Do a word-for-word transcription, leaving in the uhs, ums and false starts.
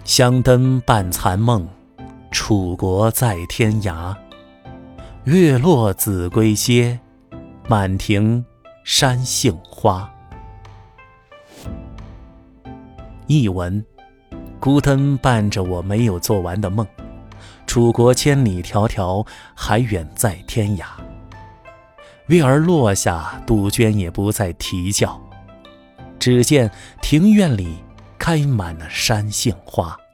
香灯半残梦，楚国在天涯。月落子规歇，满庭山杏花。译文：孤灯伴着我没有做完的梦，楚国千里迢迢，还远在天涯。月儿落下，杜鹃也不再啼叫，只见庭院里开满了山杏花。